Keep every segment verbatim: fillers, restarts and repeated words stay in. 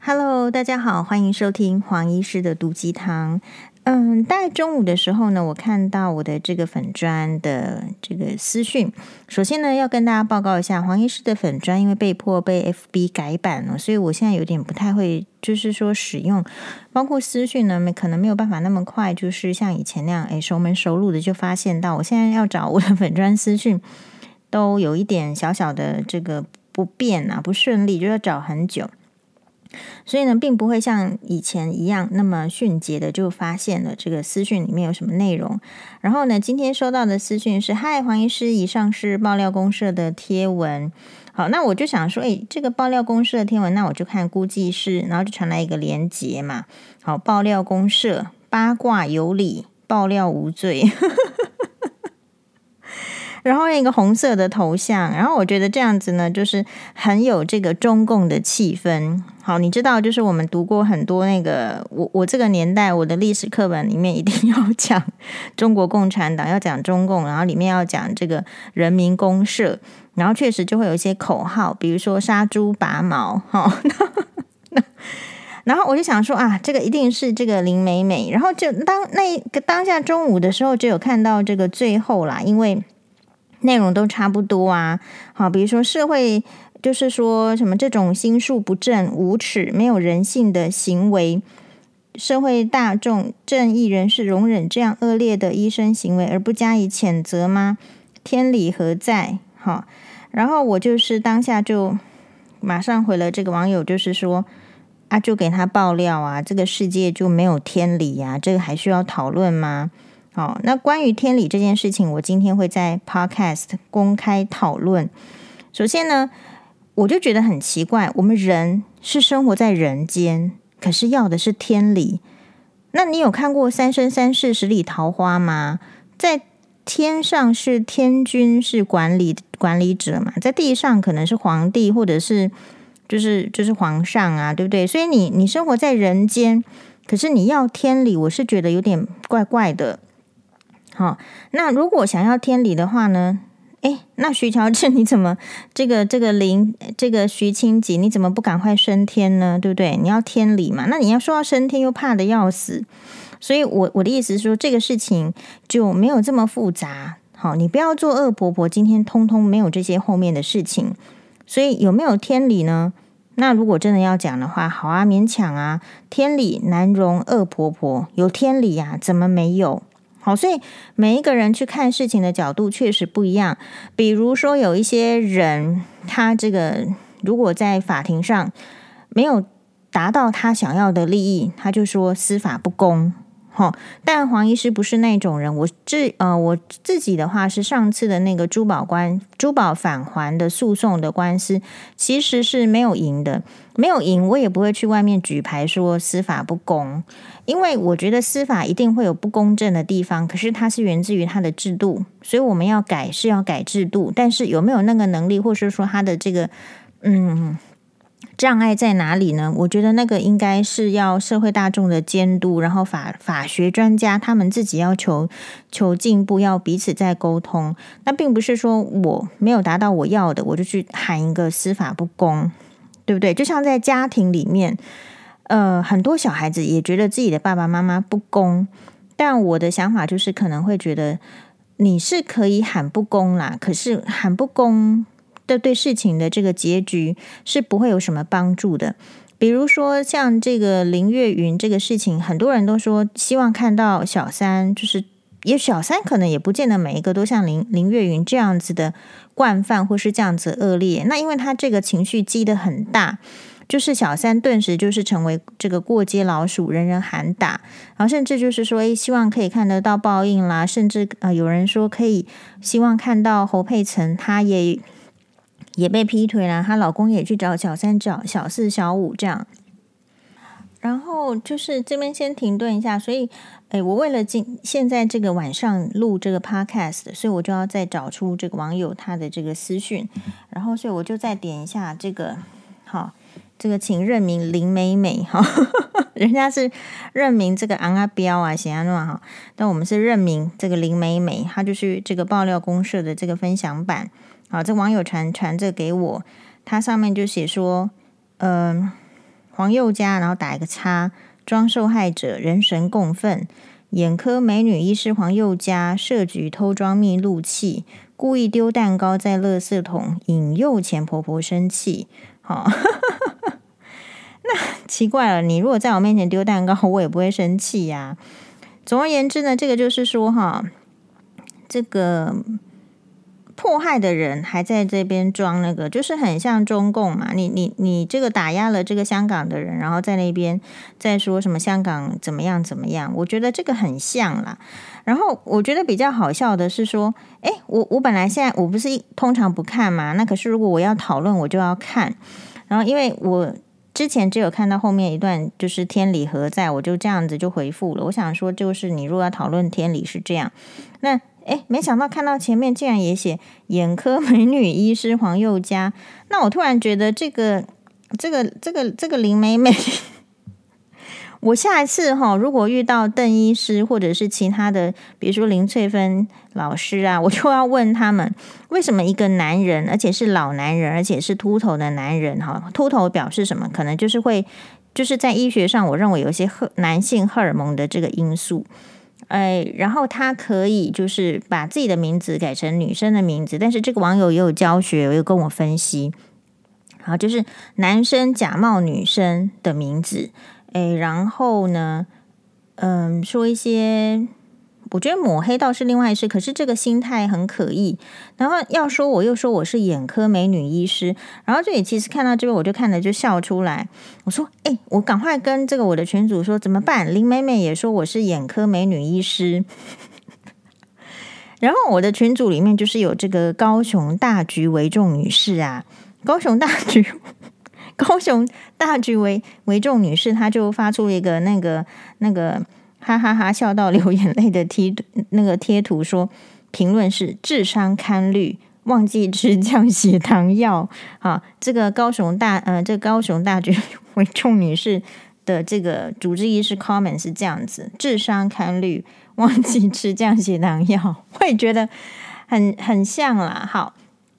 Hello， 大家好，欢迎收听黄医师的毒鸡汤。嗯，大概中午的时候呢，我看到我的这个粉专的这个私讯。首先呢，要跟大家报告一下，黄医师的粉专因为被迫被 F B 改版了，所以我现在有点不太会，就是说使用，包括私讯呢，可能没有办法那么快，就是像以前那样，哎，熟门熟路的就发现到。我现在要找我的粉专私讯，都有一点小小的这个不便啊，不顺利，就要找很久。所以呢，并不会像以前一样那么迅捷的就发现了这个私讯里面有什么内容。然后呢，今天收到的私讯是：嗨，黄医师，以上是爆料公社的贴文。好，那我就想说，诶，这个爆料公社的贴文，那我就看估计是，然后就传来一个连结嘛。好，爆料公社八卦有理，爆料无罪。然后一个红色的头像，然后我觉得这样子呢，就是很有这个中共的气氛。好，你知道，就是我们读过很多那个，我我这个年代，我的历史课本里面一定要讲中国共产党，要讲中共，然后里面要讲这个人民公社，然后确实就会有一些口号，比如说杀猪拔毛，哈。然后我就想说啊，这个一定是这个林美美。然后就当那个当下中午的时候，就有看到这个最后啦，因为内容都差不多啊，好，比如说社会就是说什么这种心术不正、无耻、没有人性的行为，社会大众、正义人士容忍这样恶劣的医生行为而不加以谴责吗？天理何在？好，然后我就是当下就马上回了这个网友，就是说啊，就给他爆料啊，这个世界就没有天理啊，这个还需要讨论吗？好，那关于天理这件事情，我今天会在 Podcast 公开讨论。首先呢，我就觉得很奇怪，我们人是生活在人间，可是要的是天理。那你有看过《三生三世十里桃花》吗？在天上是天君，是管理管理者嘛，在地上可能是皇帝，或者是就是就是皇上啊，对不对？所以你你生活在人间，可是你要天理，我是觉得有点怪怪的。好，那如果想要天理的话呢？诶，那徐乔治你怎么这个这个林这个徐清吉你怎么不赶快升天呢？对不对？你要天理嘛，那你要说要升天又怕得要死，所以我我的意思是说，这个事情就没有这么复杂。好，你不要做恶婆婆，今天通通没有这些后面的事情。所以有没有天理呢？那如果真的要讲的话，好啊，勉强啊，天理难容恶婆婆，有天理啊，怎么没有？好，所以每一个人去看事情的角度确实不一样。比如说有一些人，他这个如果在法庭上没有达到他想要的利益，他就说司法不公。哦、但黄医师不是那种人，我自呃我自己的话是上次的那个珠宝官珠宝返还的诉讼的官司，其实是没有赢的，没有赢，我也不会去外面举牌说司法不公，因为我觉得司法一定会有不公正的地方，可是它是源自于它的制度，所以我们要改是要改制度，但是有没有那个能力，或是说它的这个嗯。障碍在哪里呢？我觉得那个应该是要社会大众的监督，然后法法学专家他们自己要求求进步，要彼此在沟通。那并不是说我没有达到我要的，我就去喊一个司法不公，对不对？就像在家庭里面，呃，很多小孩子也觉得自己的爸爸妈妈不公，但我的想法就是可能会觉得你是可以喊不公啦，可是喊不公的对事情的这个结局是不会有什么帮助的。比如说像这个林月云这个事情，很多人都说希望看到小三，就是也小三可能也不见得每一个都像林林月云这样子的惯犯或是这样子恶劣，那因为他这个情绪积得很大，就是小三顿时就是成为这个过街老鼠，人人喊打，然后甚至就是说，诶，希望可以看得到报应啦，甚至呃有人说可以希望看到侯佩岑他也也被劈腿啦，她老公也去找小三、找小四、小五这样。然后就是这边先停顿一下，所以，诶，我为了今现在这个晚上录这个 podcast， 所以我就要再找出这个网友他的这个私讯，然后所以我就再点一下这个，好，这个请认明林美美哈，人家是认明这个昂阿彪啊，显然那么好，但我们是认明这个林美美，她就是这个爆料公社的这个分享版。好，这网友传传这给我，他上面就写说，嗯、呃， 黄宥嘉，然后打一个叉，装受害者，人神共愤。眼科美女医师黄宥嘉设局偷装密录器，故意丢蛋糕在垃圾桶，引诱前婆婆生气。好，那奇怪了，你如果在我面前丢蛋糕，我也不会生气呀、啊。总而言之呢，这个就是说哈，这个迫害的人还在这边装那个，就是很像中共嘛。你你你这个打压了这个香港的人，然后在那边再说什么香港怎么样怎么样，我觉得这个很像啦。然后我觉得比较好笑的是说，诶，我我本来现在我不是通常不看嘛，那可是如果我要讨论，我就要看。然后因为我之前只有看到后面一段，就是天理何在，我就这样子就回复了。我想说，就是你如果要讨论天理是这样，那诶，没想到看到前面竟然也写眼科美女医师黄宥嘉，那我突然觉得这个这个这个这个林美美，我下一次哈，如果遇到邓医师或者是其他的，比如说林翠芬老师啊，我就要问他们，为什么一个男人，而且是老男人，而且是秃头的男人哈，秃头表示什么？可能就是会，就是在医学上，我认为有一些荷男性荷尔蒙的这个因素。哎，然后他可以就是把自己的名字改成女生的名字，但是这个网友也有教学，有跟我分析，好，就是男生假冒女生的名字，哎，然后呢，嗯，说一些，我觉得抹黑倒是另外一事，可是这个心态很可疑。然后要说我又说我是眼科美女医师，然后这里其实看到这边我就看了就笑出来。我说，哎、欸，我赶快跟这个我的群组说怎么办？林美美也说我是眼科美女医师。然后我的群组里面就是有这个高雄大局为重女士啊，高雄大局。高雄大局为为重女士，她就发出一个那个那个哈哈哈笑到流眼泪的贴那个贴图说，评论是智商堪虑，忘记吃降血糖药。好，这个高雄大呃，这个高雄大局为重女士的这个主治医师 comment 是这样子：智商堪虑，忘记吃降血糖药。我也觉得很很像啦。好。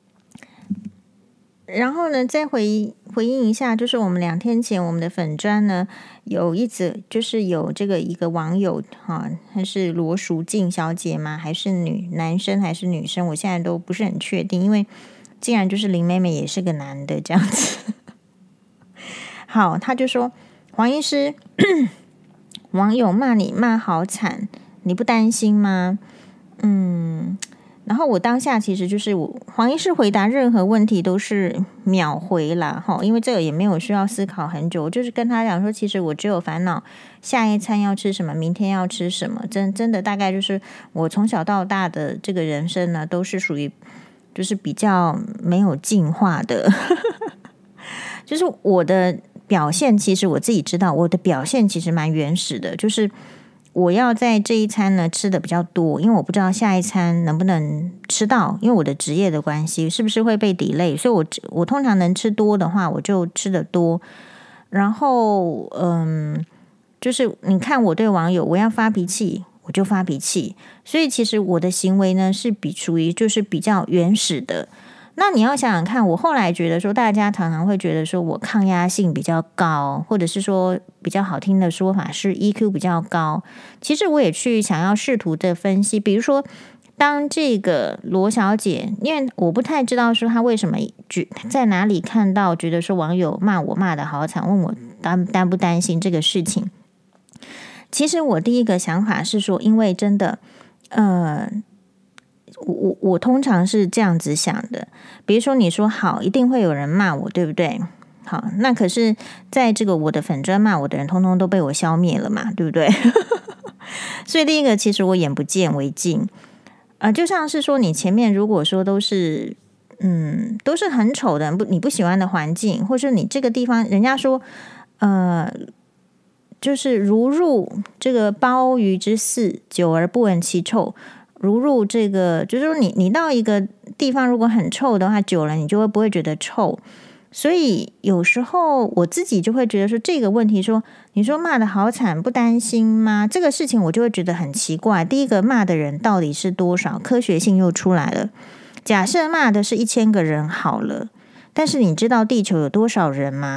然后呢，再回回应一下，就是我们两天前我们的粉专呢有一则，就是有这个一个网友哈，她是罗淑静小姐吗？还是女男生还是女生？我现在都不是很确定，因为竟然就是林妹妹也是个男的这样子。好，他就说黄医师，网友骂你骂好惨，你不担心吗？嗯。然后我当下其实就是我黄医师回答任何问题都是秒回啦，因为这个也没有需要思考很久，我就是跟他讲说，其实我只有烦恼下一餐要吃什么，明天要吃什么，真真的大概就是我从小到大的这个人生呢，都是属于就是比较没有进化的，就是我的表现，其实我自己知道，我的表现其实蛮原始的，就是我要在这一餐呢吃的比较多，因为我不知道下一餐能不能吃到，因为我的职业的关系，是不是会被 delay， 所以我我通常能吃多的话，我就吃的多。然后，嗯，就是你看我对网友，我要发脾气，我就发脾气，所以其实我的行为呢是比属于就是比较原始的。那你要想想看，我后来觉得说，大家常常会觉得说我抗压性比较高，或者是说比较好听的说法是 E Q 比较高。其实我也去想要试图的分析，比如说，当这个罗小姐，因为我不太知道说她为什么在哪里看到觉得说网友骂我骂的好惨，问我担担不担心这个事情。其实我第一个想法是说，因为真的，呃。我我我通常是这样子想的，比如说你说好，一定会有人骂我，对不对？好，那可是在这个我的粉专骂我的人，通通都被我消灭了嘛，对不对？所以第一个，其实我眼不见为净，呃，就像是说你前面如果说都是嗯都是很丑的不你不喜欢的环境，或者你这个地方人家说呃就是如入这个鲍鱼之肆，久而不闻其臭。如入这个，就是说你你到一个地方如果很臭的话，久了你就会不会觉得臭。所以有时候我自己就会觉得说这个问题说，你说骂的好惨，不担心吗？这个事情我就会觉得很奇怪。第一个骂的人到底是多少？科学性又出来了。假设骂的是一千个人好了，但是你知道地球有多少人吗？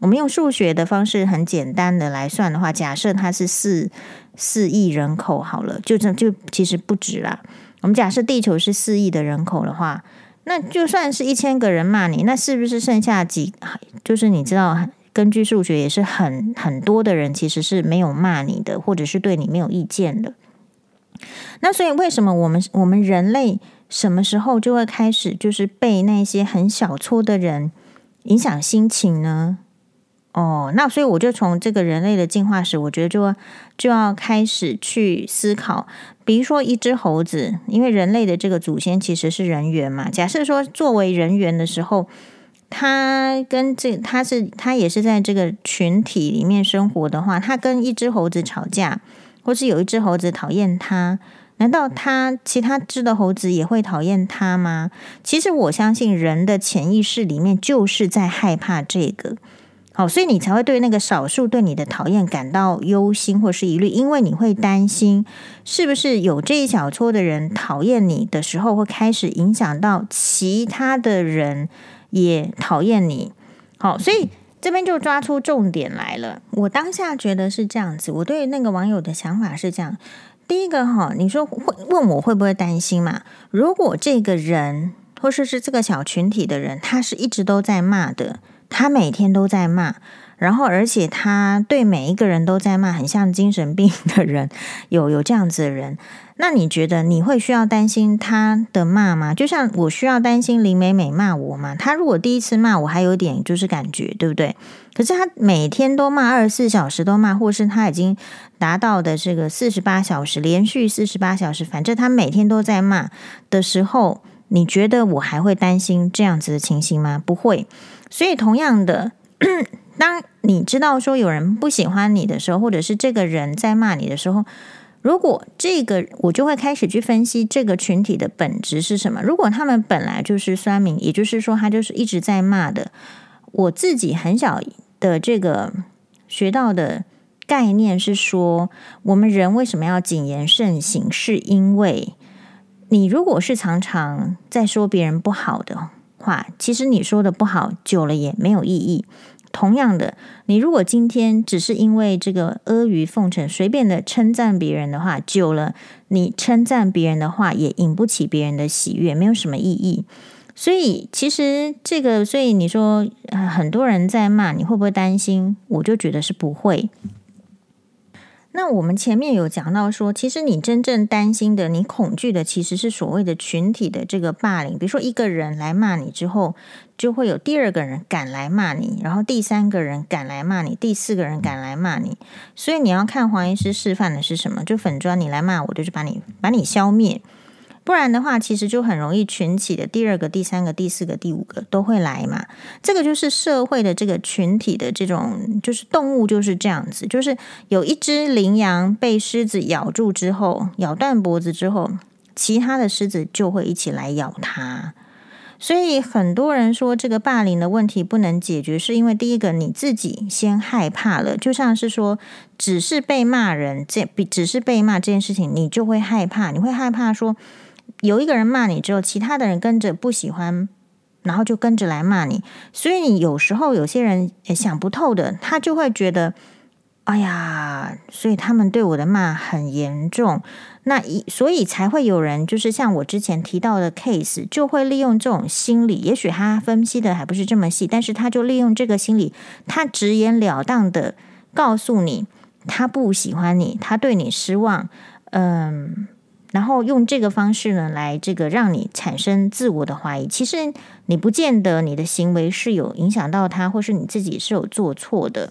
我们用数学的方式很简单的来算的话，假设它是四四亿人口好了，就这就其实不止啦。我们假设地球是四亿的人口的话，那就算是一千个人骂你，那是不是剩下几？就是你知道，根据数学也是很很多的人其实是没有骂你的，或者是对你没有意见的。那所以为什么我们我们人类什么时候就会开始就是被那些很小撮的人影响心情呢？哦，那所以我就从这个人类的进化史，我觉得就就要开始去思考，比如说一只猴子，因为人类的这个祖先其实是人猿嘛。假设说作为人猿的时候，他跟这他是他也是在这个群体里面生活的话，他跟一只猴子吵架，或是有一只猴子讨厌他，难道他其他只的猴子也会讨厌他吗？其实我相信人的潜意识里面就是在害怕这个。好，所以你才会对那个少数对你的讨厌感到忧心或是疑虑，因为你会担心是不是有这一小撮的人讨厌你的时候，会开始影响到其他的人也讨厌你。好，所以这边就抓出重点来了。我当下觉得是这样子，我对那个网友的想法是这样。第一个哈，你说会问我会不会担心嘛？如果这个人或是是这个小群体的人，他是一直都在骂的。他每天都在骂，然后而且他对每一个人都在骂，很像精神病的人，有有这样子的人，那你觉得你会需要担心他的骂吗？就像我需要担心林美美骂我嘛，他如果第一次骂我还有点就是感觉，对不对？可是他每天都骂，二十四小时都骂，或是他已经达到的这个四十八小时，连续四十八小时，反正他每天都在骂的时候，你觉得我还会担心这样子的情形吗？不会。所以同样的，当你知道说有人不喜欢你的时候，或者是这个人在骂你的时候，如果这个我就会开始去分析这个群体的本质是什么。如果他们本来就是酸民，也就是说他就是一直在骂的，我自己很小的这个学到的概念是说，我们人为什么要谨言慎行，是因为你如果是常常在说别人不好的话，其实你说的不好久了也没有意义。同样的，你如果今天只是因为这个阿谀奉承随便的称赞别人的话，久了你称赞别人的话也引不起别人的喜悦，没有什么意义。所以其实这个，所以你说、呃、很多人在骂，你会不会担心？我就觉得是不会。那我们前面有讲到说，其实你真正担心的，你恐惧的其实是所谓的群体的这个霸凌。比如说一个人来骂你之后，就会有第二个人赶来骂你，然后第三个人赶来骂你，第四个人赶来骂你。所以你要看黄医师示范的是什么，就粉专你来骂我，就是把你把你消灭。不然的话，其实就很容易群起的，第二个、第三个、第四个、第五个都会来嘛。这个就是社会的这个群体的这种，就是动物就是这样子，就是有一只羚羊被狮子咬住之后，咬断脖子之后，其他的狮子就会一起来咬它。所以很多人说这个霸凌的问题不能解决，是因为第一个你自己先害怕了，就像是说只是被骂人，这只是被骂这件事情，你就会害怕，你会害怕说有一个人骂你之后，其他的人跟着不喜欢，然后就跟着来骂你。所以你有时候有些人也想不透的，他就会觉得哎呀，所以他们对我的骂很严重，那所以才会有人就是像我之前提到的 case， 就会利用这种心理，也许他分析的还不是这么细，但是他就利用这个心理，他直截了当的告诉你他不喜欢你，他对你失望，嗯，然后用这个方式呢来这个让你产生自我的怀疑。其实你不见得你的行为是有影响到他，或是你自己是有做错的。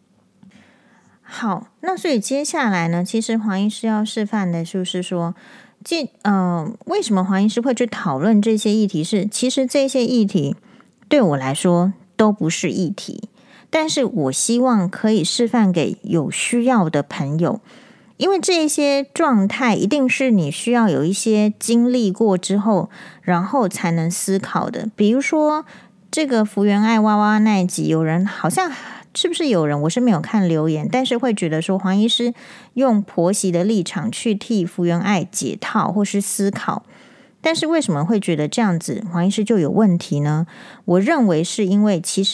好，那所以接下来呢，其实黄医师要示范的就是说，这呃，为什么黄医师会去讨论这些议题是？其实这些议题对我来说都不是议题，但是我希望可以示范给有需要的朋友，因为这些状态一定是你需要有一些经历过之后，然后才能思考的。比如说这个福原爱娃娃那一集，有人好像。是不是有人我是没有看留言，但是会觉得说黄医师用婆媳的立场去替福原爱解套或是思考，但是为什么会觉得这样子黄医师就有问题呢？我认为是因为其实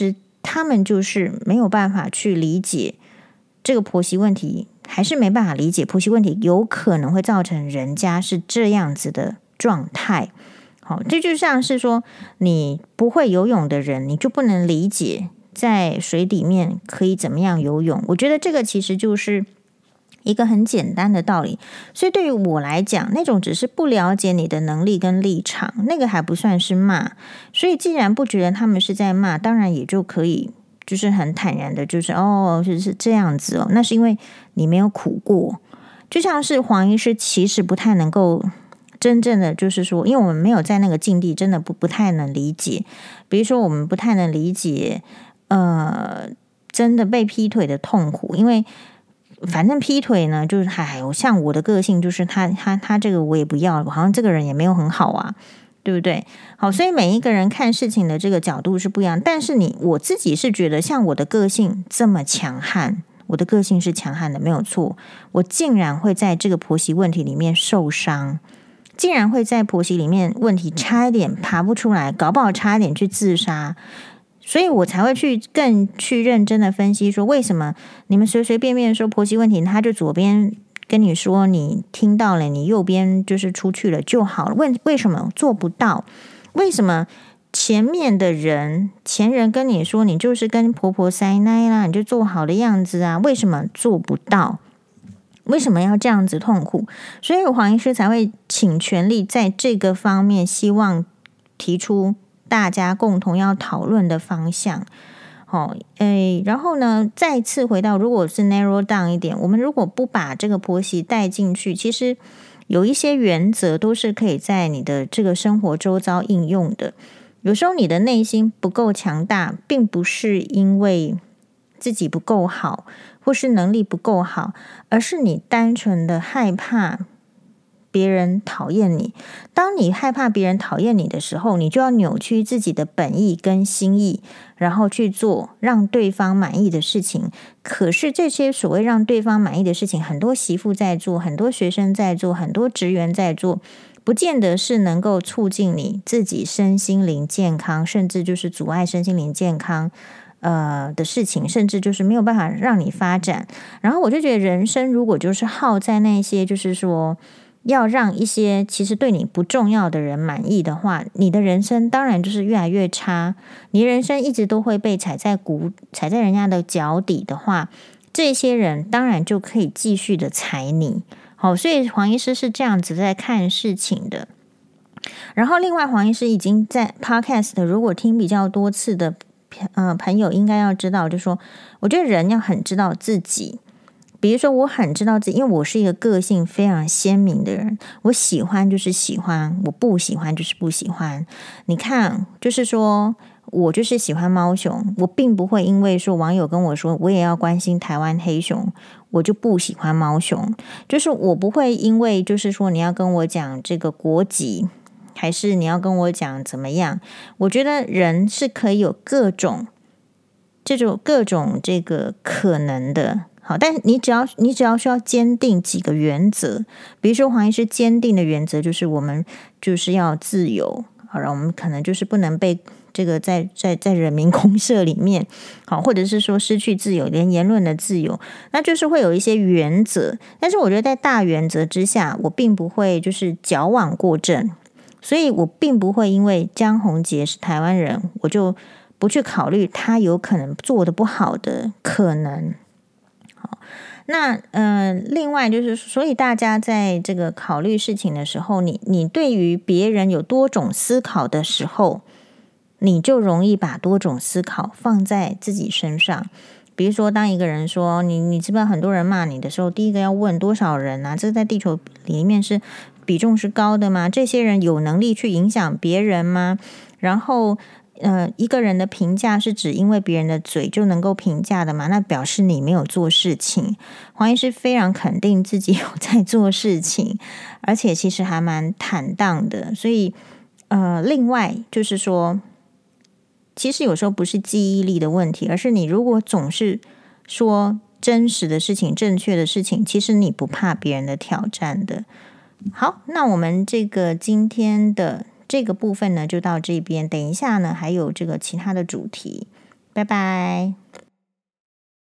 他们就是没有办法去理解这个婆媳问题，还是没办法理解婆媳问题有可能会造成人家是这样子的状态。好，这就像是说你不会游泳的人，你就不能理解在水里面可以怎么样游泳。我觉得这个其实就是一个很简单的道理，所以对于我来讲，那种只是不了解你的能力跟立场，那个还不算是骂。所以既然不觉得他们是在骂，当然也就可以就是很坦然的，就是哦，是是这样子哦，那是因为你没有苦过。就像是黄医师其实不太能够真正的就是说，因为我们没有在那个境地，真的不不太能理解。比如说，我们不太能理解，呃，真的被劈腿的痛苦，因为反正劈腿呢，就是还像我的个性，就是他他他这个我也不要，好像这个人也没有很好啊，对不对？好，所以每一个人看事情的这个角度是不一样。但是你我自己是觉得，像我的个性这么强悍，我的个性是强悍的，没有错。我竟然会在这个婆媳问题里面受伤。竟然会在婆媳里面问题差一点爬不出来，搞不好差一点去自杀，所以我才会去更去认真的分析说，为什么你们随随便便说婆媳问题，他就左边跟你说你听到了，你右边就是出去了就好了，为为什么做不到？为什么前面的人前人跟你说你就是跟婆婆塞奶啦，你就做好的样子啊，为什么做不到？为什么要这样子痛苦？所以黄医师才会请全力在这个方面，希望提出大家共同要讨论的方向。好，诶，然后呢，再次回到，如果是 narrow down 一点，我们如果不把这个婆媳带进去，其实有一些原则都是可以在你的这个生活周遭应用的。有时候你的内心不够强大，并不是因为自己不够好，或是能力不够好，而是你单纯的害怕别人讨厌你。当你害怕别人讨厌你的时候，你就要扭曲自己的本意跟心意，然后去做让对方满意的事情。可是这些所谓让对方满意的事情，很多媳妇在做，很多学生在做，很多职员在做，不见得是能够促进你自己身心灵健康，甚至就是阻碍身心灵健康呃的事情，甚至就是没有办法让你发展。然后我就觉得人生如果就是耗在那些就是说要让一些其实对你不重要的人满意的话，你的人生当然就是越来越差。你人生一直都会被踩在谷踩在人家的脚底的话，这些人当然就可以继续的踩你。好，所以黄医师是这样子在看事情的。然后另外黄医师已经在 podcast 如果听比较多次的呃朋友应该要知道，就是说我觉得人要很知道自己。比如说我很知道自己，因为我是一个个性非常鲜明的人，我喜欢就是喜欢，我不喜欢就是不喜欢。你看，就是说我就是喜欢猫熊，我并不会因为说网友跟我说我也要关心台湾黑熊，我就不喜欢猫熊。就是我不会因为就是说你要跟我讲这个国籍，还是你要跟我讲怎么样，我觉得人是可以有各种这种各种这个可能的。好，但你只要你只要需要坚定几个原则，比如说黄医师坚定的原则就是我们就是要自由，好，然后我们可能就是不能被这个在在在人民公社里面，好，或者是说失去自由，连言论的自由，那就是会有一些原则。但是我觉得在大原则之下，我并不会就是矫枉过正，所以我并不会因为江宏杰是台湾人，我就不去考虑他有可能做得不好的可能。那呃，另外就是，所以大家在这个考虑事情的时候，你你对于别人有多种思考的时候，你就容易把多种思考放在自己身上。比如说，当一个人说你你知不知道很多人骂你的时候，第一个要问多少人啊？这在地球里面是比重是高的吗？这些人有能力去影响别人吗？然后。呃，一个人的评价是指因为别人的嘴就能够评价的嘛？那表示你没有做事情。黄医师非常肯定自己有在做事情，而且其实还蛮坦荡的。所以，呃，另外就是说，其实有时候不是记忆力的问题，而是你如果总是说真实的事情、正确的事情，其实你不怕别人的挑战的。好，那我们这个今天的。这个部分呢就到这边，等一下呢还有这个其他的主题。 拜拜。